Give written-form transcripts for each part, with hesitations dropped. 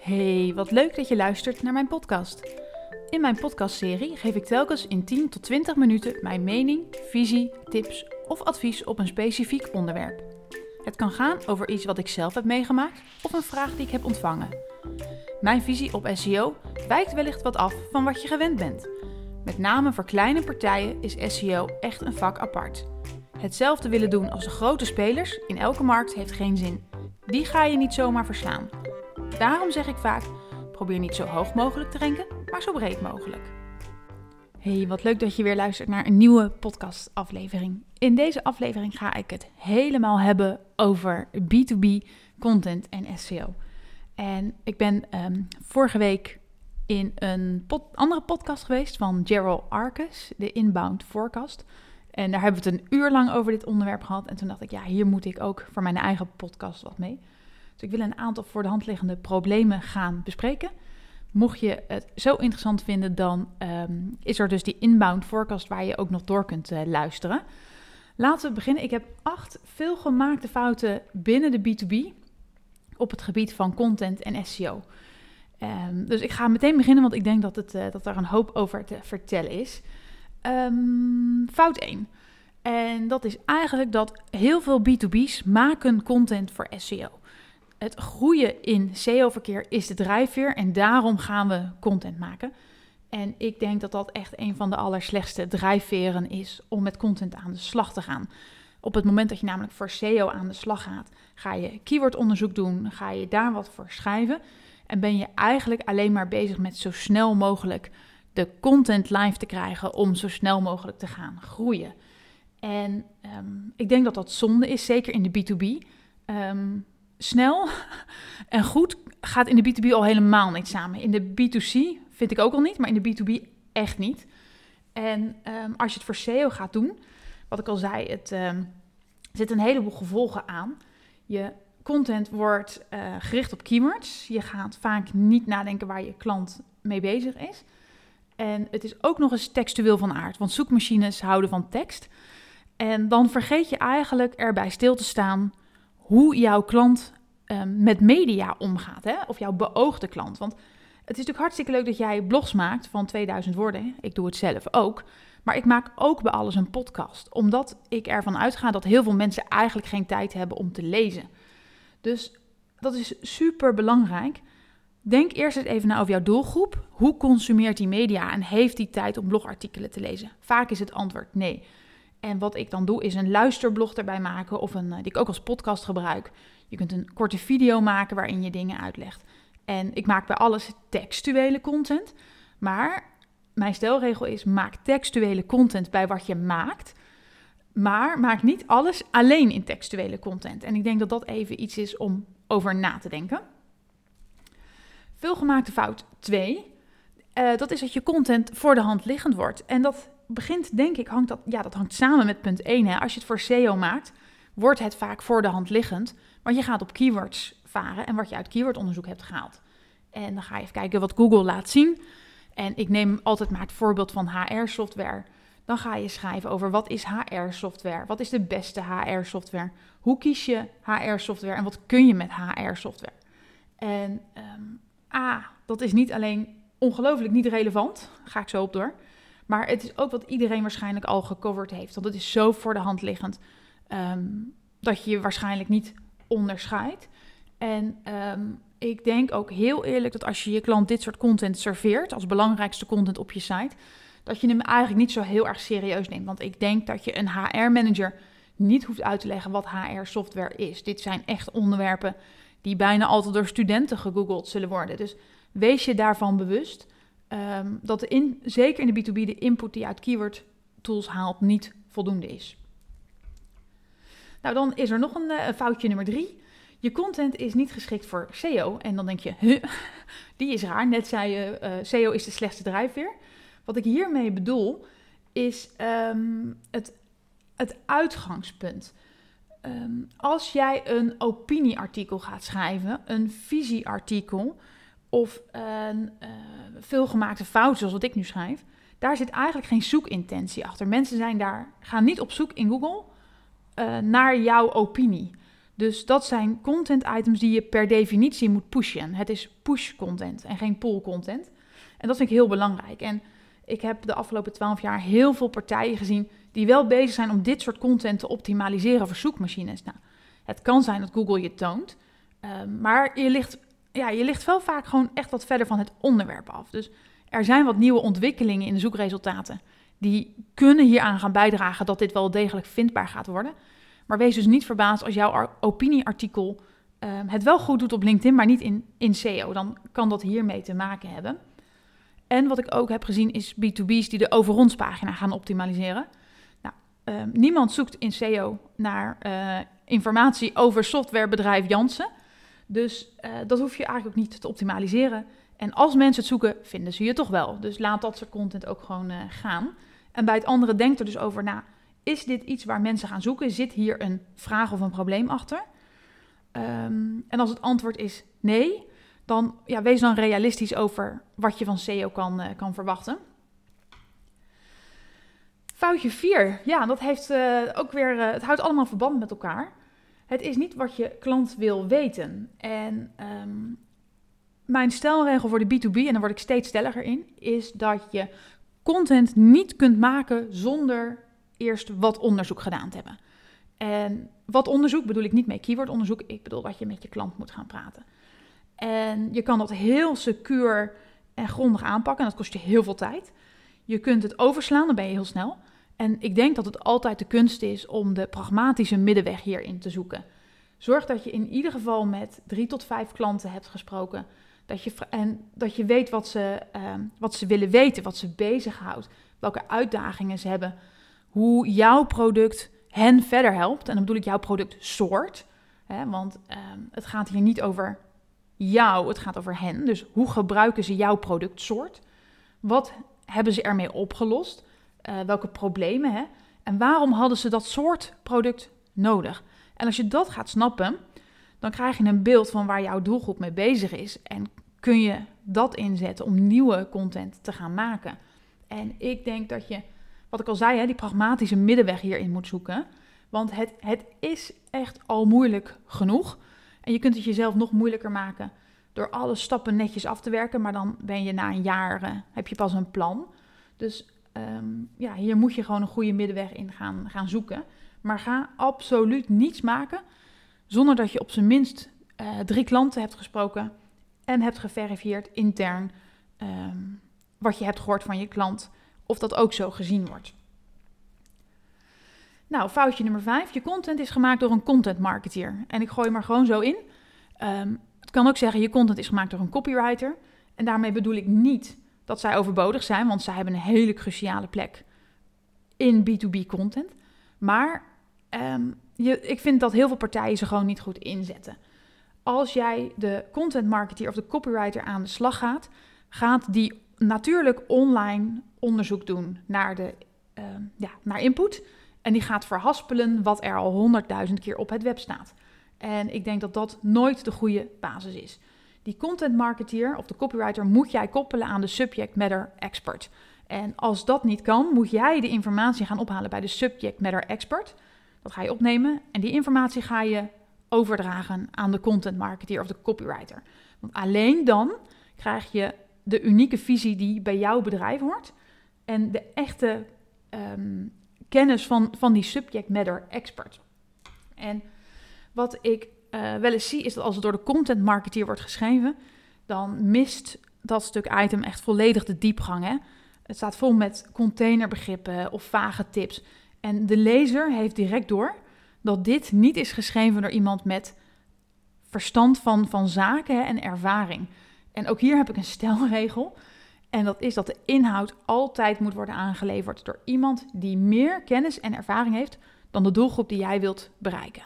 Hey, wat leuk dat je luistert naar mijn podcast. In mijn podcastserie geef ik telkens in 10 tot 20 minuten mijn mening, visie, tips of advies op een specifiek onderwerp. Het kan gaan over iets wat ik zelf heb meegemaakt of een vraag die ik heb ontvangen. Mijn visie op SEO wijkt wellicht wat af van wat je gewend bent. Met name voor kleine partijen is SEO echt een vak apart. Hetzelfde willen doen als de grote spelers in elke markt heeft geen zin. Die ga je niet zomaar verslaan. Daarom zeg ik vaak, probeer niet zo hoog mogelijk te ranken, maar zo breed mogelijk. Hey, wat leuk dat je weer luistert naar een nieuwe podcastaflevering. In deze aflevering ga ik het helemaal hebben over B2B content en SEO. En ik ben vorige week in een andere podcast geweest van Gerald Arcus, de Inbound Forecast. En daar hebben we het een uur lang over dit onderwerp gehad. En toen dacht ik, ja, hier moet ik ook voor mijn eigen podcast wat mee. Dus ik wil een aantal voor de hand liggende problemen gaan bespreken. Mocht je het zo interessant vinden, dan is er dus die Inbound Forecast waar je ook nog door kunt luisteren. Laten we beginnen. Ik heb 8 veelgemaakte fouten binnen de B2B op het gebied van content en SEO. Dus ik ga meteen beginnen, want ik denk dat er een hoop over te vertellen is. Fout 1. En dat is eigenlijk dat heel veel B2B's maken content voor SEO. Het groeien in SEO-verkeer is de drijfveer en daarom gaan we content maken. En ik denk dat dat echt een van de allerslechtste drijfveren is om met content aan de slag te gaan. Op het moment dat je namelijk voor SEO aan de slag gaat, ga je keywordonderzoek doen, ga je daar wat voor schrijven. En ben je eigenlijk alleen maar bezig met zo snel mogelijk de content live te krijgen om zo snel mogelijk te gaan groeien. En ik denk dat dat zonde is, zeker in de B2B. Snel en goed gaat in de B2B al helemaal niet samen. In de B2C vind ik ook al niet, maar in de B2B echt niet. En als je het voor SEO gaat doen, wat ik al zei, het zit een heleboel gevolgen aan. Je content wordt gericht op keywords. Je gaat vaak niet nadenken waar je klant mee bezig is. En het is ook nog eens textueel van aard, want zoekmachines houden van tekst. En dan vergeet je eigenlijk erbij stil te staan hoe jouw klant met media omgaat, hè? Of jouw beoogde klant. Want het is natuurlijk hartstikke leuk dat jij blogs maakt van 2000 woorden. Ik doe het zelf ook. Maar ik maak ook bij alles een podcast. Omdat ik ervan uitga dat heel veel mensen eigenlijk geen tijd hebben om te lezen. Dus dat is super belangrijk. Denk eerst eens even na over jouw doelgroep. Hoe consumeert die media en heeft die tijd om blogartikelen te lezen? Vaak is het antwoord nee. En wat ik dan doe is een luisterblog erbij maken of die ik ook als podcast gebruik. Je kunt een korte video maken waarin je dingen uitlegt. En ik maak bij alles textuele content. Maar mijn stelregel is, maak textuele content bij wat je maakt. Maar maak niet alles alleen in textuele content. En ik denk dat dat even iets is om over na te denken. Veelgemaakte fout 2. Dat is dat je content voor de hand liggend wordt. En dat begint, denk ik, dat hangt samen met punt 1. Hè. Als je het voor SEO maakt, wordt het vaak voor de hand liggend. Want je gaat op keywords varen en wat je uit keywordonderzoek hebt gehaald. En dan ga je even kijken wat Google laat zien. En ik neem altijd maar het voorbeeld van HR-software. Dan ga je schrijven over wat is HR-software? Wat is de beste HR-software? Hoe kies je HR-software en wat kun je met HR-software? En dat is niet alleen ongelooflijk niet relevant, ga ik zo op door. Maar het is ook wat iedereen waarschijnlijk al gecoverd heeft. Want het is zo voor de hand liggend dat je je waarschijnlijk niet onderscheidt. En ik denk ook heel eerlijk dat als je je klant dit soort content serveert, als belangrijkste content op je site, dat je hem eigenlijk niet zo heel erg serieus neemt. Want ik denk dat je een HR-manager niet hoeft uit te leggen wat HR-software is. Dit zijn echt onderwerpen die bijna altijd door studenten gegoogeld zullen worden. Dus wees je daarvan bewust dat zeker in de B2B de input die je uit keyword tools haalt niet voldoende is. Nou, dan is er nog een foutje nummer 3. Je content is niet geschikt voor SEO. En dan denk je, die is raar. Net zei je, SEO is de slechtste drijfveer. Wat ik hiermee bedoel, is het uitgangspunt. Als jij een opinieartikel gaat schrijven, een visieartikel of een veelgemaakte fout zoals wat ik nu schrijf, daar zit eigenlijk geen zoekintentie achter. Mensen gaan niet op zoek in Google naar jouw opinie. Dus dat zijn content items die je per definitie moet pushen. Het is push content en geen pull content. En dat vind ik heel belangrijk. En ik heb de afgelopen 12 jaar heel veel partijen gezien die wel bezig zijn om dit soort content te optimaliseren voor zoekmachines. Nou, het kan zijn dat Google je toont, maar je ligt wel vaak gewoon echt wat verder van het onderwerp af. Dus er zijn wat nieuwe ontwikkelingen in de zoekresultaten die kunnen hieraan gaan bijdragen dat dit wel degelijk vindbaar gaat worden. Maar wees dus niet verbaasd als jouw opinieartikel het wel goed doet op LinkedIn, maar niet in SEO. Dan kan dat hiermee te maken hebben. En wat ik ook heb gezien is B2B's die de over ons pagina gaan optimaliseren. Nou, niemand zoekt in SEO naar informatie over softwarebedrijf Janssen. Dus dat hoef je eigenlijk ook niet te optimaliseren. En als mensen het zoeken, vinden ze je toch wel. Dus laat dat soort content ook gewoon gaan. En bij het andere denk er dus over na. Is dit iets waar mensen gaan zoeken? Zit hier een vraag of een probleem achter? En als het antwoord is nee, dan wees dan realistisch over wat je van SEO kan verwachten. Foutje 4. Ja, dat heeft ook weer... het houdt allemaal verband met elkaar. Het is niet wat je klant wil weten. En mijn stelregel voor de B2B, en daar word ik steeds stelliger in, is dat je content niet kunt maken zonder eerst wat onderzoek gedaan te hebben. En wat onderzoek bedoel ik niet mee keywordonderzoek. Ik bedoel dat je met je klant moet gaan praten. En je kan dat heel secuur en grondig aanpakken. En dat kost je heel veel tijd. Je kunt het overslaan, dan ben je heel snel. En ik denk dat het altijd de kunst is om de pragmatische middenweg hierin te zoeken. Zorg dat je in ieder geval met 3 tot 5 klanten hebt gesproken. Dat je weet wat ze willen weten, wat ze bezighoudt. Welke uitdagingen ze hebben. Hoe jouw product hen verder helpt. En dan bedoel ik jouw productsoort. Want het gaat hier niet over jou, het gaat over hen. Dus hoe gebruiken ze jouw productsoort? Wat hebben ze ermee opgelost? Welke problemen? En waarom hadden ze dat soort product nodig? En als je dat gaat snappen, dan krijg je een beeld van waar jouw doelgroep mee bezig is. En kun je dat inzetten om nieuwe content te gaan maken. En ik denk dat je, wat ik al zei, die pragmatische middenweg hierin moet zoeken. Want het is echt al moeilijk genoeg. En je kunt het jezelf nog moeilijker maken door alle stappen netjes af te werken. Maar dan ben je na een jaar, heb je pas een plan. Dus hier moet je gewoon een goede middenweg in gaan zoeken. Maar ga absoluut niets maken zonder dat je op zijn minst 3 klanten hebt gesproken en hebt geverifieerd intern wat je hebt gehoord van je klant, of dat ook zo gezien wordt. Nou, foutje nummer 5. Je content is gemaakt door een content marketeer. En ik gooi maar gewoon zo in. Het kan ook zeggen, je content is gemaakt door een copywriter. En daarmee bedoel ik niet dat zij overbodig zijn, want zij hebben een hele cruciale plek in B2B content. Maar ik vind dat heel veel partijen ze gewoon niet goed inzetten. Als jij de content marketeer of de copywriter aan de slag gaat die natuurlijk online onderzoek doen naar input. En die gaat verhaspelen wat er al 100.000 keer op het web staat. En ik denk dat dat nooit de goede basis is. Die content marketeer of de copywriter moet jij koppelen aan de subject matter expert. En als dat niet kan, moet jij de informatie gaan ophalen bij de subject matter expert. Dat ga je opnemen en die informatie ga je overdragen aan de content marketeer of de copywriter. Want alleen dan krijg je de unieke visie die bij jouw bedrijf hoort en de echte kennis van die subject matter expert. En wat ik wel eens zie is dat als het door de content marketeer wordt geschreven, dan mist dat stuk item echt volledig de diepgang. Hè? Het staat vol met containerbegrippen of vage tips. En de lezer heeft direct door dat dit niet is geschreven door iemand met verstand van zaken en ervaring. En ook hier heb ik een stelregel. En dat is dat de inhoud altijd moet worden aangeleverd door iemand die meer kennis en ervaring heeft dan de doelgroep die jij wilt bereiken.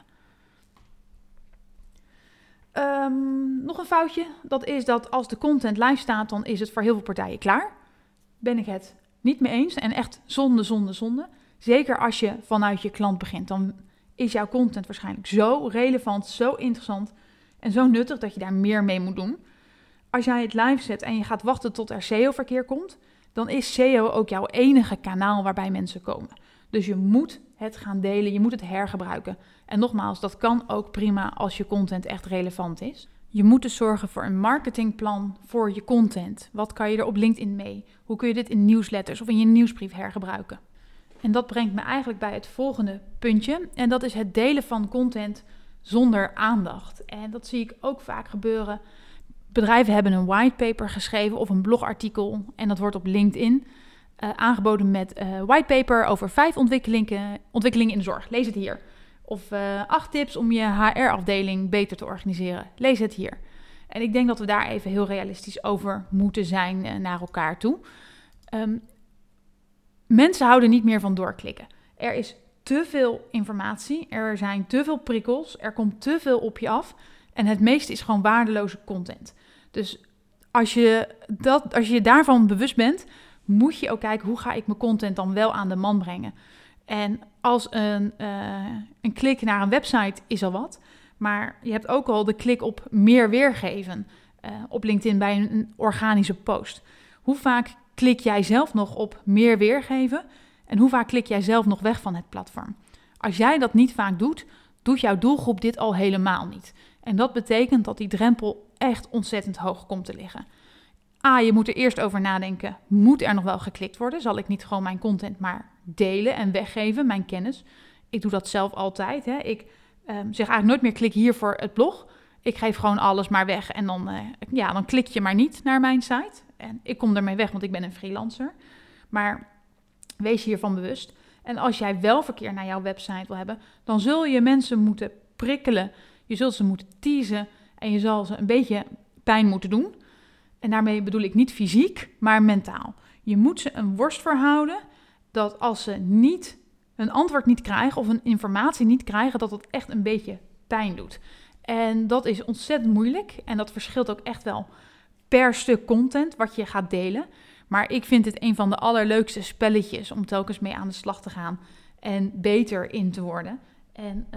Nog een foutje, dat is dat als de content live staat, dan is het voor heel veel partijen klaar. Ben ik het niet mee eens en echt zonde. Zeker als je vanuit je klant begint, dan is jouw content waarschijnlijk zo relevant, zo interessant en zo nuttig dat je daar meer mee moet doen. Als jij het live zet en je gaat wachten tot er SEO-verkeer komt, dan is SEO ook jouw enige kanaal waarbij mensen komen. Dus je moet het gaan delen, je moet het hergebruiken. En nogmaals, dat kan ook prima als je content echt relevant is. Je moet dus zorgen voor een marketingplan voor je content. Wat kan je er op LinkedIn mee? Hoe kun je dit in nieuwsletters of in je nieuwsbrief hergebruiken? En dat brengt me eigenlijk bij het volgende puntje. En dat is het delen van content zonder aandacht. En dat zie ik ook vaak gebeuren. Bedrijven hebben een whitepaper geschreven of een blogartikel. En dat wordt op LinkedIn aangeboden met whitepaper over 5 ontwikkelingen in de zorg. Lees het hier. Of 8 tips om je HR-afdeling beter te organiseren. Lees het hier. En ik denk dat we daar even heel realistisch over moeten zijn naar elkaar toe. Mensen houden niet meer van doorklikken. Er is te veel informatie, er zijn te veel prikkels, er komt te veel op je af. En het meeste is gewoon waardeloze content. Dus als je daarvan bewust bent, moet je ook kijken, hoe ga ik mijn content dan wel aan de man brengen? En als een klik naar een website is al wat, maar je hebt ook al de klik op meer weergeven op LinkedIn bij een organische post. Hoe vaak klik jij zelf nog op meer weergeven en hoe vaak klik jij zelf nog weg van het platform? Als jij dat niet vaak doet, doet jouw doelgroep dit al helemaal niet. En dat betekent dat die drempel echt ontzettend hoog komt te liggen. Je moet er eerst over nadenken, moet er nog wel geklikt worden? Zal ik niet gewoon mijn content maar delen en weggeven, mijn kennis? Ik doe dat zelf altijd. Hè. Ik zeg eigenlijk nooit meer klik hier voor het blog. Ik geef gewoon alles maar weg en dan klik je maar niet naar mijn site. En ik kom ermee weg, want ik ben een freelancer. Maar wees hiervan bewust. En als jij wel verkeer naar jouw website wil hebben, dan zul je mensen moeten prikkelen. Je zult ze moeten teasen en je zal ze een beetje pijn moeten doen. En daarmee bedoel ik niet fysiek, maar mentaal. Je moet ze een worst verhouden dat als ze niet een antwoord niet krijgen of een informatie niet krijgen, dat het echt een beetje pijn doet. En dat is ontzettend moeilijk en dat verschilt ook echt wel per stuk content wat je gaat delen. Maar ik vind het een van de allerleukste spelletjes om telkens mee aan de slag te gaan en beter in te worden. En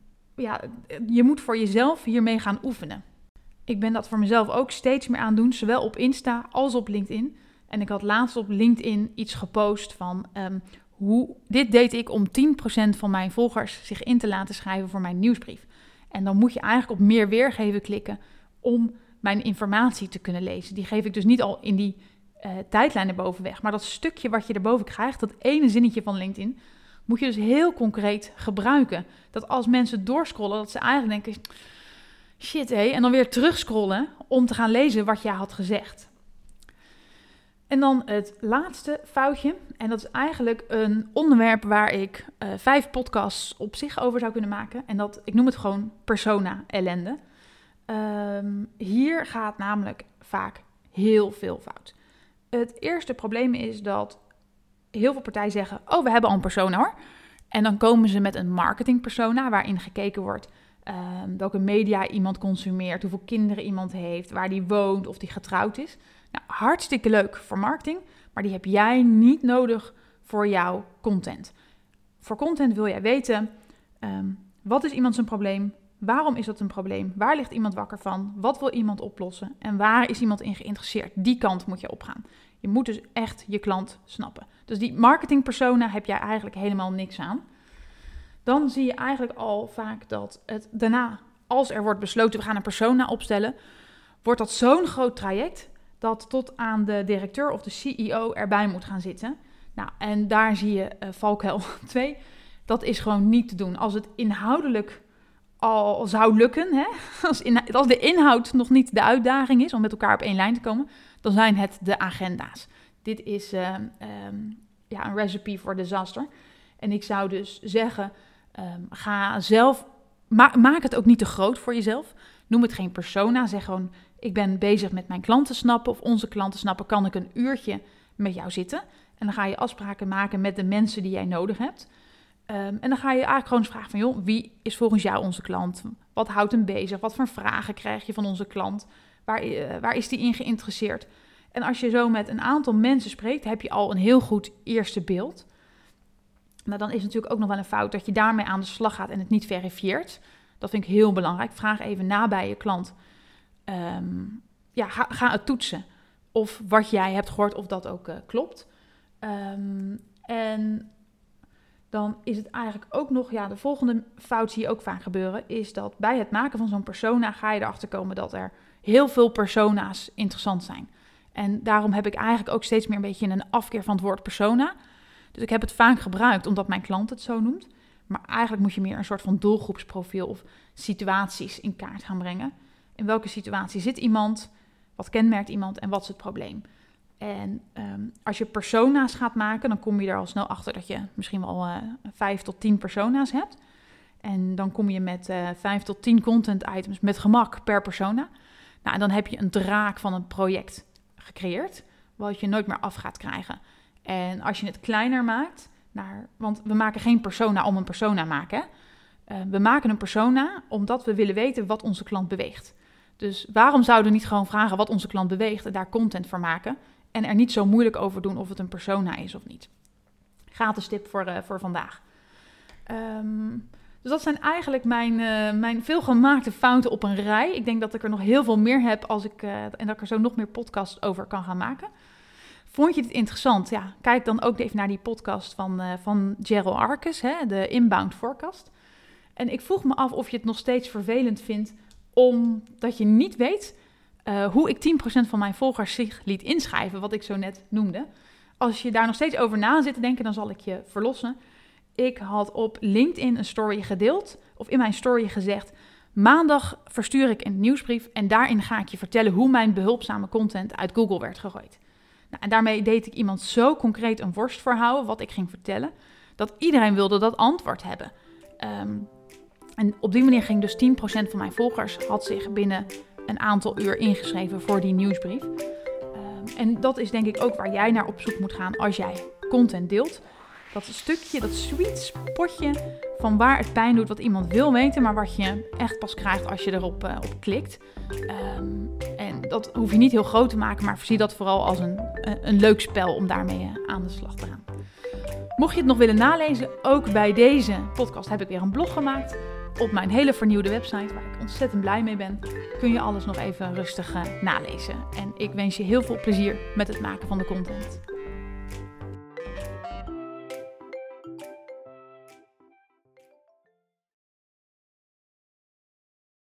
je moet voor jezelf hiermee gaan oefenen. Ik ben dat voor mezelf ook steeds meer aan het doen, zowel op Insta als op LinkedIn. En ik had laatst op LinkedIn iets gepost van dit deed ik om 10% van mijn volgers zich in te laten schrijven voor mijn nieuwsbrief. En dan moet je eigenlijk op meer weergeven klikken om mijn informatie te kunnen lezen. Die geef ik dus niet al in die tijdlijn erboven weg. Maar dat stukje wat je erboven krijgt, dat ene zinnetje van LinkedIn, moet je dus heel concreet gebruiken. Dat als mensen doorscrollen, dat ze eigenlijk denken, shit hé, en dan weer terugscrollen om te gaan lezen wat jij had gezegd. En dan het laatste foutje. En dat is eigenlijk een onderwerp waar ik 5 podcasts op zich over zou kunnen maken. En ik noem het gewoon persona-ellende. Hier gaat namelijk vaak heel veel fout. Het eerste probleem is dat heel veel partijen zeggen, we hebben al een persona hoor. En dan komen ze met een marketingpersona waarin gekeken wordt welke media iemand consumeert, hoeveel kinderen iemand heeft, waar die woont of die getrouwd is. Nou, hartstikke leuk voor marketing, maar die heb jij niet nodig voor jouw content. Voor content wil jij weten, wat is iemand zijn probleem? Waarom is dat een probleem? Waar ligt iemand wakker van? Wat wil iemand oplossen? En waar is iemand in geïnteresseerd? Die kant moet je opgaan. Je moet dus echt je klant snappen. Dus die marketingpersona heb jij eigenlijk helemaal niks aan. Dan zie je eigenlijk al vaak dat het daarna, als er wordt besloten, we gaan een persona opstellen, wordt dat zo'n groot traject dat tot aan de directeur of de CEO erbij moet gaan zitten. Nou, en daar zie je valkuil 2. Dat is gewoon niet te doen. Als het inhoudelijk al zou lukken, hè? Als de inhoud nog niet de uitdaging is om met elkaar op één lijn te komen, dan zijn het de agenda's. Dit is een recipe voor disaster. En ik zou dus zeggen, ga zelf, maak het ook niet te groot voor jezelf. Noem het geen persona. Zeg gewoon, ik ben bezig met mijn klanten snappen of onze klanten snappen. Kan ik een uurtje met jou zitten? En dan ga je afspraken maken met de mensen die jij nodig hebt. En dan ga je eigenlijk gewoon eens vragen van, joh, wie is volgens jou onze klant? Wat houdt hem bezig? Wat voor vragen krijg je van onze klant? Waar is die in geïnteresseerd? En als je zo met een aantal mensen spreekt, heb je al een heel goed eerste beeld. Nou, dan is het natuurlijk ook nog wel een fout dat je daarmee aan de slag gaat en het niet verifieert. Dat vind ik heel belangrijk. Vraag even na bij je klant. Ga het toetsen. Of wat jij hebt gehoord, of dat ook klopt. En dan is het eigenlijk ook nog, de volgende fout zie je ook vaak gebeuren, is dat bij het maken van zo'n persona ga je erachter komen dat er heel veel persona's interessant zijn. En daarom heb ik eigenlijk ook steeds meer een beetje een afkeer van het woord persona. Dus ik heb het vaak gebruikt omdat mijn klant het zo noemt. Maar eigenlijk moet je meer een soort van doelgroepsprofiel of situaties in kaart gaan brengen. In welke situatie zit iemand? Wat kenmerkt iemand en wat is het probleem? En als je persona's gaat maken, dan kom je er al snel achter dat je misschien wel 5 tot 10 persona's hebt. En dan kom je met 5 tot 10 content items met gemak per persona. Nou, en dan heb je een draak van een project gecreëerd, wat je nooit meer af gaat krijgen. En als je het kleiner maakt, want we maken geen persona om een persona maken. We maken een persona omdat we willen weten wat onze klant beweegt. Dus waarom zouden we niet gewoon vragen wat onze klant beweegt en daar content voor maken en er niet zo moeilijk over doen of het een persona is of niet. Gratis tip voor vandaag. Dus dat zijn eigenlijk mijn veelgemaakte fouten op een rij. Ik denk dat ik er nog heel veel meer heb en dat ik er zo nog meer podcasts over kan gaan maken. Vond je dit interessant? Ja, kijk dan ook even naar die podcast van Gerald Arcus, de Inbound Forecast. En ik vroeg me af of je het nog steeds vervelend vindt omdat je niet weet hoe ik 10% van mijn volgers zich liet inschrijven, wat ik zo net noemde. Als je daar nog steeds over na zit te denken, dan zal ik je verlossen. Ik had op LinkedIn een story gedeeld, of in mijn story gezegd, maandag verstuur ik een nieuwsbrief en daarin ga ik je vertellen hoe mijn behulpzame content uit Google werd gegooid. Nou, en daarmee deed ik iemand zo concreet een worst voorhouden, wat ik ging vertellen, dat iedereen wilde dat antwoord hebben. En op die manier ging dus 10% van mijn volgers had zich binnen een aantal uur ingeschreven voor die nieuwsbrief. En dat is denk ik ook waar jij naar op zoek moet gaan als jij content deelt. Dat stukje, dat sweet spotje van waar het pijn doet, wat iemand wil weten, maar wat je echt pas krijgt als je erop op klikt. En dat hoef je niet heel groot te maken, maar zie dat vooral als een leuk spel om daarmee aan de slag te gaan. Mocht je het nog willen nalezen, ook bij deze podcast heb ik weer een blog gemaakt. Op mijn hele vernieuwde website, waar ik ontzettend blij mee ben, kun je alles nog even rustig nalezen. En ik wens je heel veel plezier met het maken van de content.